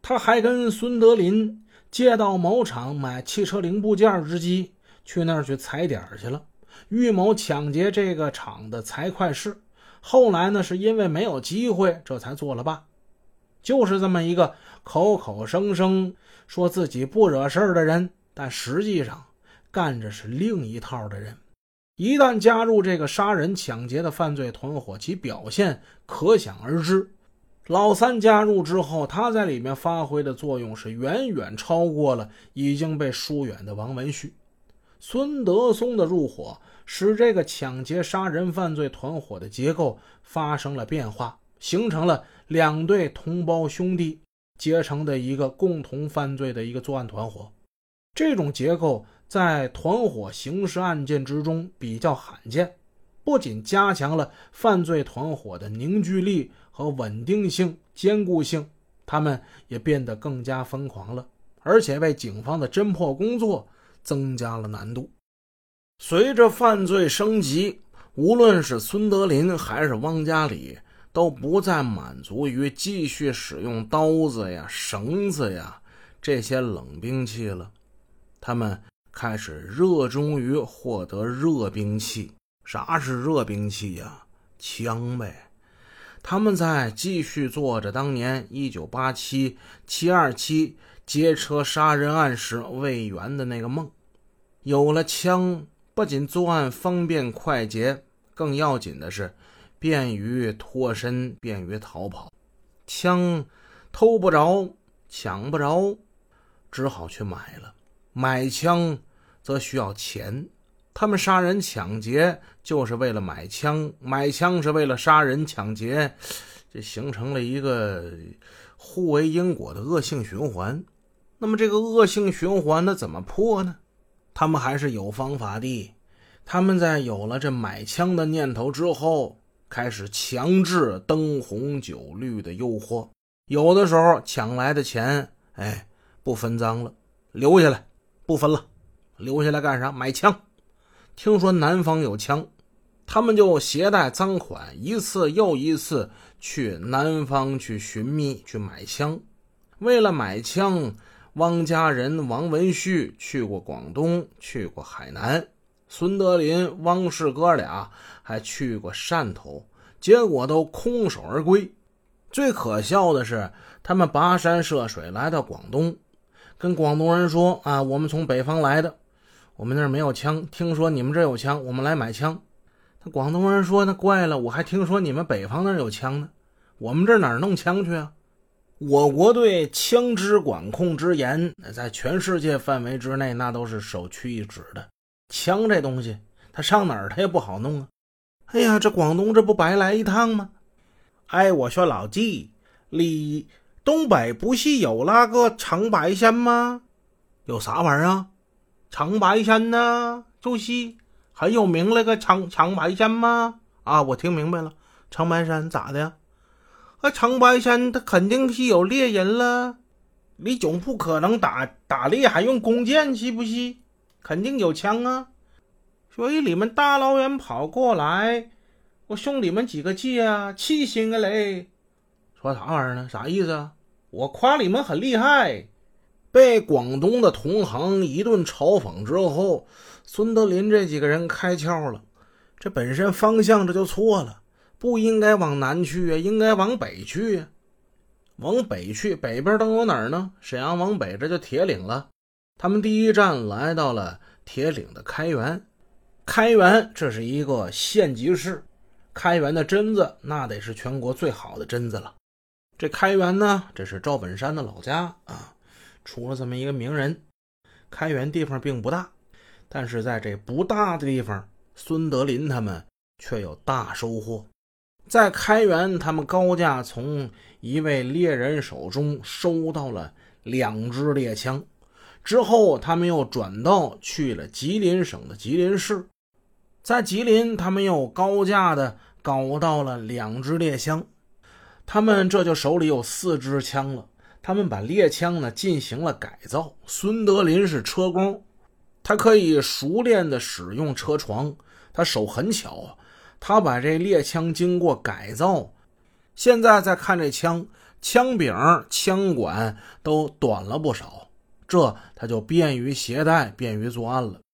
他还跟孙德林借到某厂买汽车零部件之机，去那儿去踩点去了，预谋抢劫这个厂的财会事。后来呢，是因为没有机会，这才作了罢。就是这么一个口口声声说自己不惹事的人，但实际上干着是另一套的人。一旦加入这个杀人抢劫的犯罪团伙，其表现可想而知。老三加入之后，他在里面发挥的作用是远远超过了已经被疏远的王文旭。孙德松的入伙使这个抢劫杀人犯罪团伙的结构发生了变化，形成了两对同胞兄弟结成的一个共同犯罪的一个作案团伙。这种结构在团伙刑事案件之中比较罕见，不仅加强了犯罪团伙的凝聚力和稳定性、坚固性，他们也变得更加疯狂了，而且为警方的侦破工作增加了难度。随着犯罪升级，无论是孙德林还是汪家里，都不再满足于继续使用刀子呀、绳子呀这些冷兵器了，他们开始热衷于获得热兵器。啥是热兵器呀？枪呗。他们在继续做着当年1987、727劫车杀人案时未圆的那个梦。有了枪，不仅作案方便快捷，更要紧的是便于脱身，便于逃跑。枪偷不着，抢不着，只好去买了。买枪则需要钱，他们杀人抢劫就是为了买枪，买枪是为了杀人抢劫，这形成了一个互为因果的恶性循环。那么这个恶性循环的怎么破呢？他们还是有方法的。他们在有了这买枪的念头之后，开始强制灯红酒绿的诱惑。有的时候抢来的钱，不分赃了，留下来，不分了，留下来干啥？买枪。听说南方有枪，他们就携带赃款，一次又一次去南方去寻觅，去买枪。为了买枪，汪家人王文旭去过广东，去过海南，孙德林、汪氏哥俩还去过汕头，结果都空手而归。最可笑的是，他们跋山涉水来到广东，跟广东人说啊，我们从北方来的，我们那儿没有枪，听说你们这有枪，我们来买枪。那广东人说，那怪了，我还听说你们北方那儿有枪呢，我们这哪儿弄枪去啊？我国对枪支管控之严，在全世界范围之内那都是首屈一指的。枪这东西它上哪儿它也不好弄啊。哎呀，这广东这不白来一趟吗？我说老纪，你东北不是有那个长白山吗？有啥玩意儿啊？长白山呢，就是很有名那个长白山吗？啊，我听明白了，长白山咋的呀？长白山它肯定是有猎人了，你总不可能打猎还用弓箭，是不是？肯定有枪啊。所以你们大老远跑过来，我送你们几个字啊，气醒啊嘞。说啥玩意儿呢？啥意思啊？我夸你们很厉害。被广东的同行一顿嘲讽之后，孙德林这几个人开窍了，这本身方向这就错了，不应该往南去啊，应该往北去啊。往北去，北边都有哪儿呢？沈阳往北这就铁岭了。他们第一站来到了铁岭的开原。开原这是一个县级市，开原的榛子那得是全国最好的榛子了。这开原呢，这是赵本山的老家啊，出了这么一个名人。开原地方并不大，但是在这不大的地方，孙德林他们却有大收获。在开原，他们高价从一位猎人手中收到了2支猎枪，之后他们又转道去了吉林省的吉林市，在吉林他们又高价的搞到了2支猎枪，他们这就手里有4支枪了。他们把猎枪呢进行了改造。孙德林是车工，他可以熟练的使用车床，他手很巧啊，他把这猎枪经过改造，现在再看这枪， 枪柄、枪管都短了不少，这他就便于携带，便于作案了。